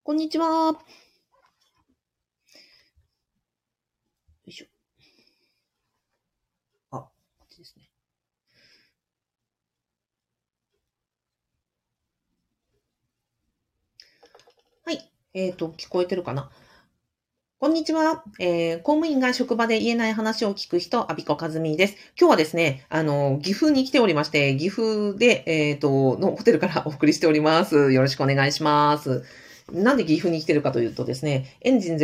こんにちは。よいしょ。こっちですね。はい。聞こえてるかな？こんにちは。公務員が職場で言えない話を聞く人、阿比子和美です。今日はですね、岐阜に来ておりまして、岐阜で、のホテルからお送りしております。よろしくお願いします。なんで岐阜に来てるかというとですね、エンジン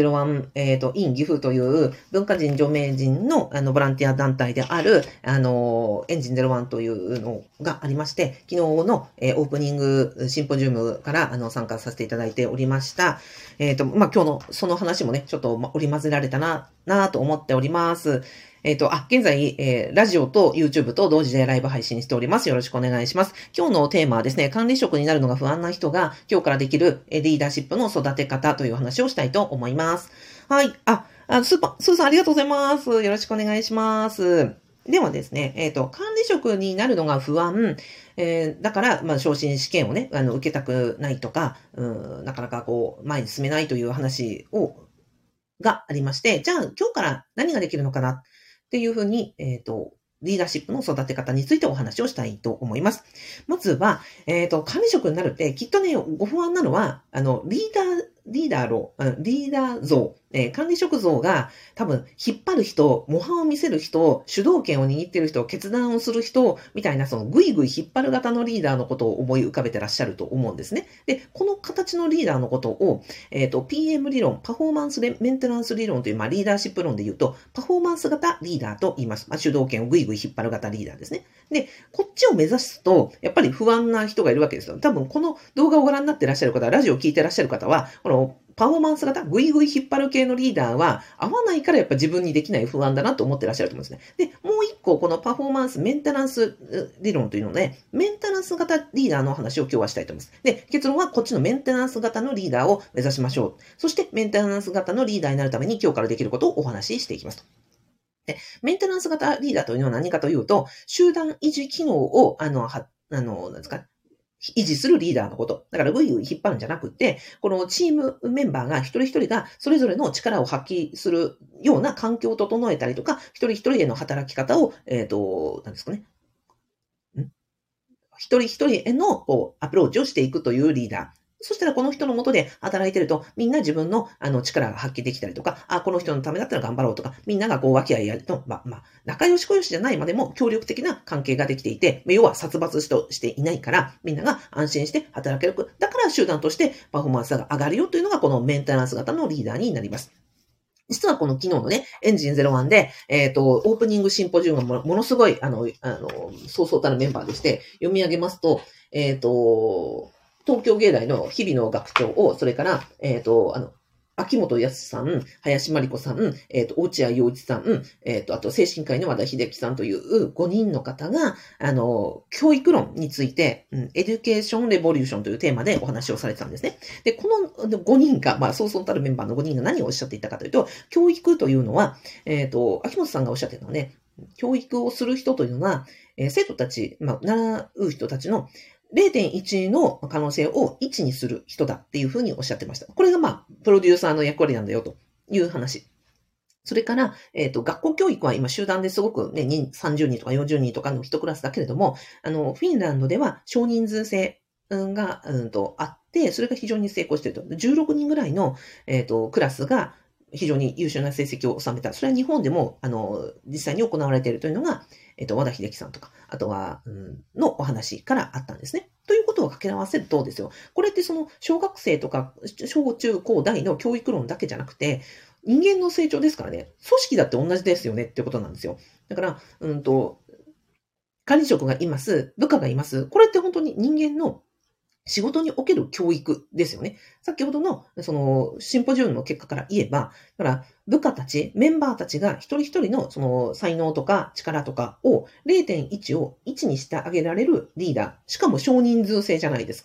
01、in 岐阜という文化人、著名人の、ボランティア団体である、エンジン01というのがありまして、昨日の、オープニングシンポジウムから、参加させていただいておりました。今日のその話もね、ちょっと織り交ぜられたなと思っております。現在、ラジオと YouTube と同時でライブ配信しております。よろしくお願いします。今日のテーマはですね、管理職になるのが不安な人が今日からできるリーダーシップの育て方という話をしたいと思います。はい。スーさんありがとうございます。よろしくお願いします。ではですね、管理職になるのが不安、だから、昇進試験をね、受けたくないとか、なかなか前に進めないという話がありまして、じゃあ今日から何ができるのかなっていうふうに、リーダーシップの育て方についてお話をしたいと思います。まずは、管理職になるって、きっとね、ご不安なのは、リーダー像、管理職像が多分引っ張る人、模範を見せる人、主導権を握っている人、決断をする人、みたいなそのぐいぐい引っ張る型のリーダーのことを思い浮かべてらっしゃると思うんですね。で、この形のリーダーのことを、PM 理論、パフォーマンスメンテナンス理論という、リーダーシップ論で言うと、パフォーマンス型リーダーと言います。主導権をぐいぐい引っ張る型リーダーですね。で、こっちを目指すと、やっぱり不安な人がいるわけですよ。多分この動画をご覧になってらっしゃる方、ラジオを聞いてらっしゃる方は、このパフォーマンス型、ぐいぐい引っ張る系のリーダーは合わないからやっぱ自分にできない不安だなと思ってらっしゃると思うんですね。で、もう一個、このパフォーマンスメンテナンス理論というので、メンテナンス型リーダーの話を今日はしたいと思います。で、結論はこっちのメンテナンス型のリーダーを目指しましょう。そしてメンテナンス型のリーダーになるために今日からできることをお話ししていきます。で、メンテナンス型リーダーというのは何かというと、集団維持機能を、なんですか、維持するリーダーのこと。だからぐいぐい引っ張るんじゃなくて、このチームメンバーが一人一人がそれぞれの力を発揮するような環境を整えたりとか、一人一人への働き方を、なんですかね。一人一人へのアプローチをしていくというリーダー。そしたらこの人の下で働いてると、みんな自分の力が発揮できたりとか、この人のためだったら頑張ろうとか、みんなが和気あいあいと、仲良し小良しじゃないまでも協力的な関係ができていて、要は殺伐としていないから、みんなが安心して働ける。だから集団としてパフォーマンスが上がるよというのがこのメンテナンス型のリーダーになります。実はこの昨日のね、エンジン01で、オープニングシンポジウムがものすごい、そうそうたるメンバーでして、読み上げますと、東京芸大の日比野学長を、それから、秋元康さん、林真理子さん、落合陽一さん、あと精神科医の和田秀樹さんという5人の方が、教育論について、エデュケーションレボリューションというテーマでお話をされてたんですね。で、この5人が、そうそうたるメンバーの5人が何をおっしゃっていたかというと、教育というのは、秋元さんがおっしゃってたのはね、教育をする人というのは、生徒たち、習う人たちの0.1 の可能性を1にする人だっていうふうにおっしゃってました。これがプロデューサーの役割なんだよという話。それから、学校教育は今集団ですごくね、30人とか40人とかの一クラスだけれども、フィンランドでは少人数制が、あって、それが非常に成功していると。16人ぐらいの、クラスが非常に優秀な成績を収めた。それは日本でも、実際に行われているというのが、和田秀樹さんとか、あとは、のお話からあったんですね。ということを掛け合わせるとですよ。これってその小学生とか小中高大の教育論だけじゃなくて、人間の成長ですからね、組織だって同じですよねってことなんですよ。だから、管理職がいます、部下がいます。これって本当に人間の仕事における教育ですよね。先ほどの、その、シンポジウムの結果から言えば、だから、部下たち、メンバーたちが一人一人の、その、才能とか力とかを0.1を1にしてあげられるリーダー。しかも少人数制じゃないですか。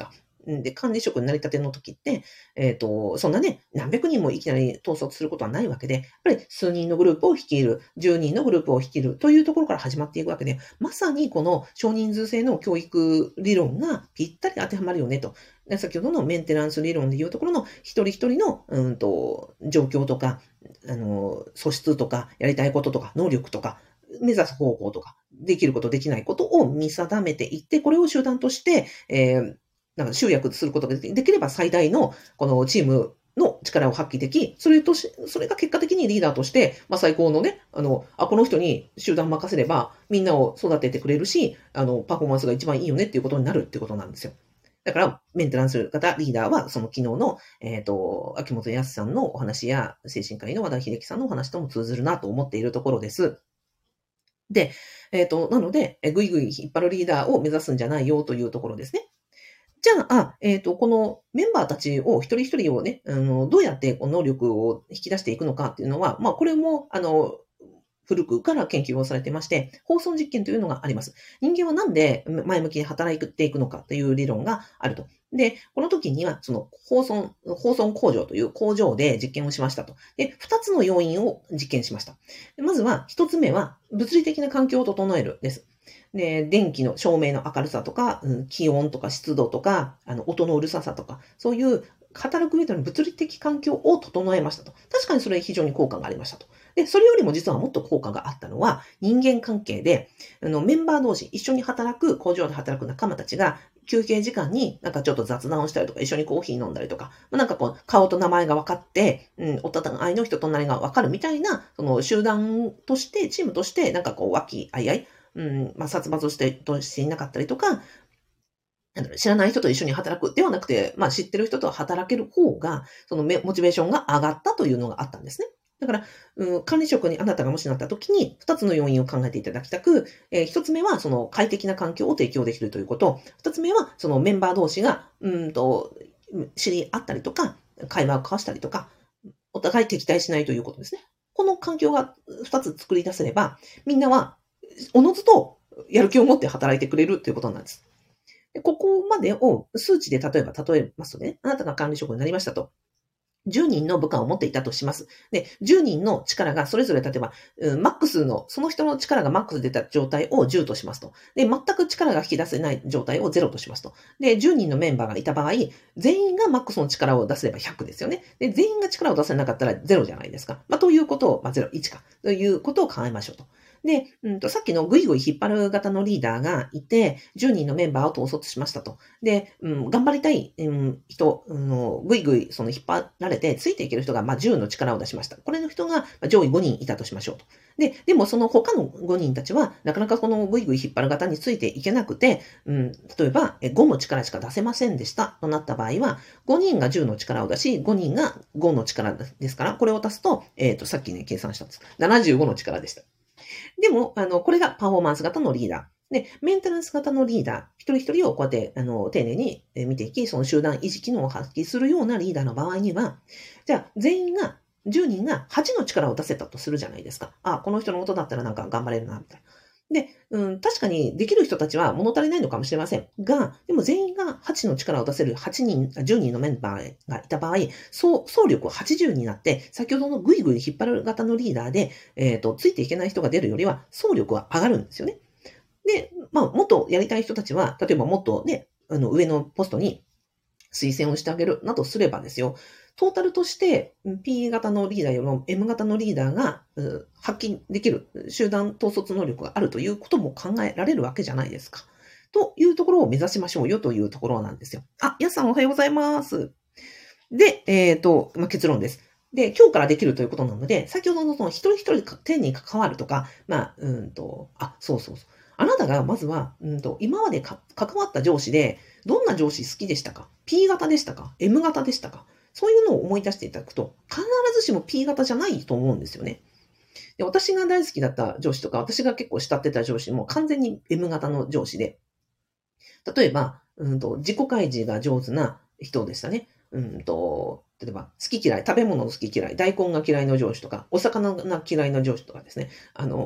で、管理職になりたての時って、そんなね、何百人もいきなり統率することはないわけで、やっぱり数人のグループを率いる、10人のグループを率いるというところから始まっていくわけで、まさにこの少人数制の教育理論がぴったり当てはまるよねと。で先ほどのメンテナンス理論でいうところの一人一人の、状況とか、素質とか、やりたいこととか、能力とか、目指す方向とか、できること、できないことを見定めていって、これを集団として、なんか集約することができれば最大のこのチームの力を発揮でき、それが結果的にリーダーとして、まあ最高のね、この人に集団任せればみんなを育ててくれるし、パフォーマンスが一番いいよねっていうことになるっていうことなんですよ。だから、メンテナンス型リーダーは、その昨日の、秋元康さんのお話や、精神科医の和田秀樹さんのお話とも通ずるなと思っているところです。で、なので、ぐいぐい引っ張るリーダーを目指すんじゃないよというところですね。じゃあ、このメンバーたちを一人一人をね、どうやって能力を引き出していくのかっていうのは、まあ、これも、古くから研究をされてまして、放送実験というのがあります。人間はなんで前向きに働いていくのかという理論があると。で、この時には、その、放送工場という工場で実験をしましたと。で、二つの要因を実験しました。でまずは、一つ目は、物理的な環境を整えるです。で、電気の照明の明るさとか、気温とか湿度とか、音のうるささとか、そういう働く上での物理的環境を整えましたと。確かにそれ非常に効果がありましたと。で、それよりも実はもっと効果があったのは、人間関係で、メンバー同士、一緒に働く、工場で働く仲間たちが、休憩時間になんかちょっと雑談をしたりとか、一緒にコーヒー飲んだりとか、なんかこう、顔と名前が分かって、お互いの人となりが分かるみたいな、その集団として、チームとして、なんかこう、和気あいあい、殺伐していなかったりとか、知らない人と一緒に働くではなくて、知ってる人と働ける方が、そのモチベーションが上がったというのがあったんですね。だから、管理職にあなたがもしなった時に、二つの要因を考えていただきたく、一つ目は、その快適な環境を提供できるということ、二つ目は、そのメンバー同士が、知り合ったりとか、会話を交わしたりとか、お互い敵対しないということですね。この環境が二つ作り出せれば、みんなは、おのずとやる気を持って働いてくれるということなんです。ここまでを数値で例えますとね、あなたが管理職になりましたと。10人の部下を持っていたとします。で、10人の力がそれぞれ例えば、マックスの、その人の力がマックスで出た状態を10としますと。で、全く力が引き出せない状態を0としますと。で、10人のメンバーがいた場合、全員がマックスの力を出せれば100ですよね。で、全員が力を出せなかったら0じゃないですか。ということを、0、1か。ということを考えましょうと。で、さっきのぐいぐい引っ張る型のリーダーがいて、10人のメンバーを統率しましたと。で、頑張りたい、人、ぐいぐいその引っ張られてついていける人が、10の力を出しました。これの人が上位5人いたとしましょうと。でもその他の5人たちは、なかなかこのぐいぐい引っ張る型についていけなくて、例えば5の力しか出せませんでしたとなった場合は、5人が10の力を出し、5人が5の力ですから、これを足すと、さっきね、計算したんです。75の力でした。でも、これがパフォーマンス型のリーダー。で、メンテナンス型のリーダー、一人一人をこうやって、丁寧に見ていき、その集団維持機能を発揮するようなリーダーの場合には、じゃあ、全員が、10人が8の力を出せたとするじゃないですか。この人のことだったらなんか頑張れるな、みたいな。で、確かにできる人たちは物足りないのかもしれませんが、でも全員が8の力を出せる10人のメンバーがいた場合、総力は80になって、先ほどのぐいぐい引っ張る型のリーダーで、ついていけない人が出るよりは、総力は上がるんですよね。で、もっとやりたい人たちは、例えばもっとね、上のポストに推薦をしてあげるなどすればですよ、トータルとして P 型のリーダーよりも M 型のリーダーが発揮できる集団統率能力があるということも考えられるわけじゃないですか。というところを目指しましょうよというところなんですよ。やすさんおはようございます。で、結論です。で、今日からできるということなので、先ほどのその一人一人丁寧に関わるとか、そう。あなたがまずは、今まで関わった上司で、どんな上司好きでしたか？ P 型でしたか？ M 型でしたか？そういうのを思い出していただくと、必ずしも P 型じゃないと思うんですよね。で私が大好きだった上司とか、私が結構慕ってた上司も完全に M 型の上司で、例えば、自己開示が上手な人でしたね。例えば、好き嫌い、食べ物の好き嫌い、大根が嫌いの上司とか、お魚が嫌いな上司とかですね。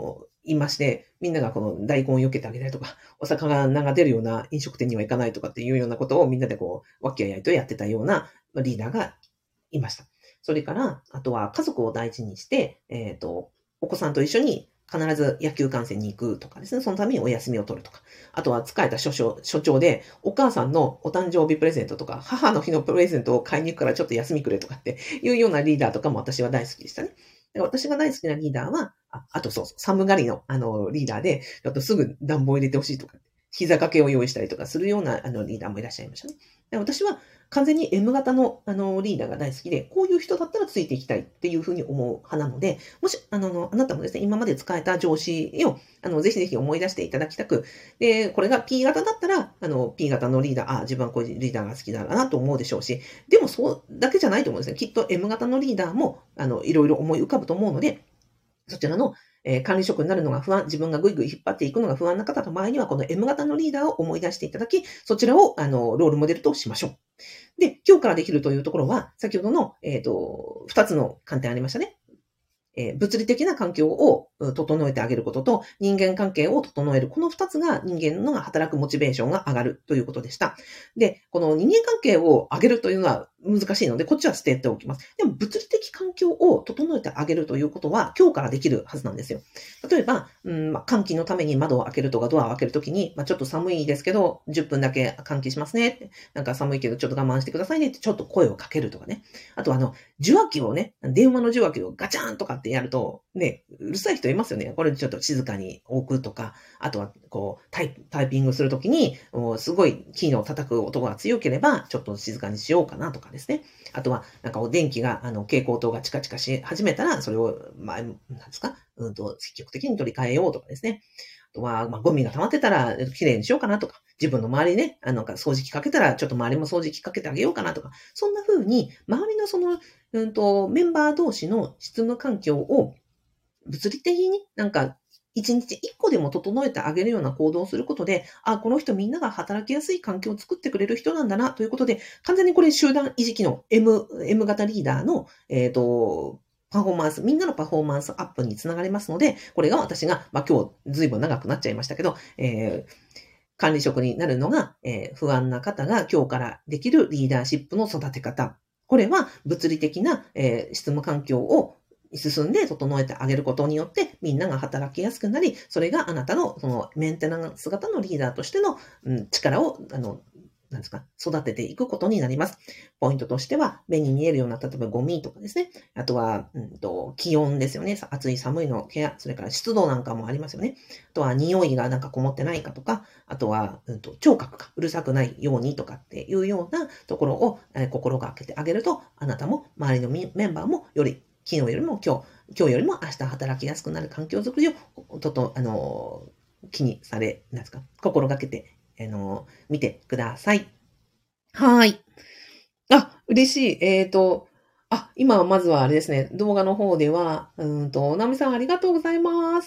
いまして、みんながこの大根を避けてあげたりとか、お魚が出るような飲食店には行かないとかっていうようなことをみんなでこう、和気あいあいとやってたようなリーダーがいました。それから、あとは家族を大事にして、お子さんと一緒に必ず野球観戦に行くとかですね、そのためにお休みを取るとか、あとは疲れた所長で、お母さんのお誕生日プレゼントとか、母の日のプレゼントを買いに行くからちょっと休みくれとかっていうようなリーダーとかも私は大好きでしたね。で私が大好きなリーダーは、あとそうそう、寒がりのリーダーで、ちょっとすぐ暖房入れてほしいとか、膝掛けを用意したりとかするようなリーダーもいらっしゃいましたね。で私は完全に M 型のリーダーが大好きで、こういう人だったらついていきたいっていうふうに思う派なので、もし、あなたもですね、今まで使えた上司を、ぜひぜひ思い出していただきたく、で、これが P 型だったら、P 型のリーダー、自分はこういうリーダーが好きだなと思うでしょうし、でもそうだけじゃないと思うんですね。きっと M 型のリーダーも、いろいろ思い浮かぶと思うので、そちらの、管理職になるのが不安、自分がぐいぐい引っ張っていくのが不安な方の場合には、この M 型のリーダーを思い出していただき、そちらを、ロールモデルとしましょう。で、今日からできるというところは、先ほどの、二つの観点ありましたね。物理的な環境を整えてあげることと、人間関係を整える。この二つが人間の働くモチベーションが上がるということでした。で、この人間関係を上げるというのは難しいので、こっちは捨てておきます。でも、物理的環境を整えてあげるということは、今日からできるはずなんですよ。例えば、換気のために窓を開けるとかドアを開けるときに、ちょっと寒いですけど、10分だけ換気しますね。なんか寒いけどちょっと我慢してくださいねってちょっと声をかけるとかね。あと受話器をね、電話の受話器をガチャーンとかってやると、ね、うるさい人いますよね。これちょっと静かに置くとか、あとはこうタイピングするときに、すごいキーの叩く音が強ければ、ちょっと静かにしようかなとかですね。あとは、なんか電気が、蛍光灯がチカチカし始めたら、それを、なんですか、積極的に取り替えようとかですね。あとは、ゴミが溜まってたら、きれいにしようかなとか、自分の周りね、なんか掃除機かけたら、ちょっと周りも掃除機かけてあげようかなとか、そんな風に、周りのその、メンバー同士の執務環境を、物理的になんか、一日一個でも整えてあげるような行動をすることで、この人みんなが働きやすい環境を作ってくれる人なんだな、ということで、完全にこれ集団意識の M 型リーダーの、パフォーマンス、みんなのパフォーマンスアップにつながりますので、これが私が、今日ずいぶん長くなっちゃいましたけど、管理職になるのが、不安な方が今日からできるリーダーシップの育て方。これは物理的な、執務環境を進んで整えてあげることによって、みんなが働きやすくなり、それがあなたのそのメンテナンス型のリーダーとしての、力を、なんですか、育てていくことになります。ポイントとしては、目に見えるような、例えばゴミとかですね。あとは、気温ですよね。暑い寒いのケア、それから湿度なんかもありますよね。あとは、匂いがなんかこもってないかとか、あとは、聴覚がうるさくないようにとかっていうようなところを、心がけてあげると、あなたも周りのメンバーもより昨日よりも今日よりも明日働きやすくなる環境づくりを、気にされ、なんですか、心がけて、見てください。はい。嬉しい。今まずはあれですね、動画の方では、なみさんありがとうございます。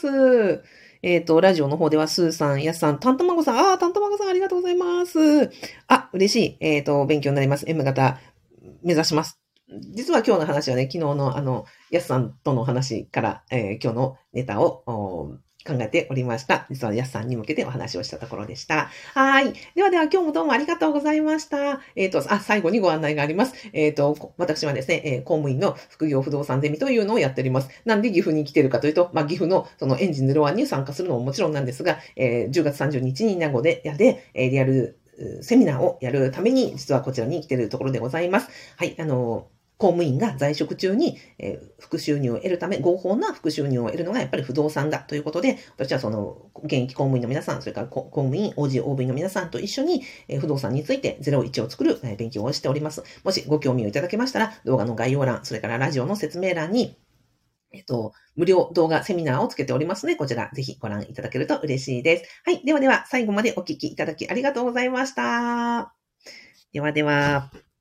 ラジオの方では、スーさん、やすさん、たんたまごさん、たんたまごさんありがとうございます。嬉しい。勉強になります。M 型、目指します。実は今日の話はね、昨日のやすさんとの話から、今日のネタを考えておりました。実はやすさんに向けてお話をしたところでした。はい。では今日もどうもありがとうございました。最後にご案内があります。私はですね、公務員の副業不動産ゼミというのをやっております。なんで岐阜に来てるかというと、岐阜のそのエンジン01に参加するのももちろんなんですが、10月30日に名護でリアルセミナーをやるために、実はこちらに来ているところでございます。はい。公務員が在職中に、副収入を得るため、合法な副収入を得るのがやっぱり不動産だということで、私はその現役公務員の皆さん、それから公務員、OG、OB の皆さんと一緒に、不動産について01を作る、勉強をしております。もしご興味をいただけましたら、動画の概要欄、それからラジオの説明欄に、無料動画セミナーをつけておりますので、こちらぜひご覧いただけると嬉しいです。はい。では最後までお聞きいただきありがとうございました。では。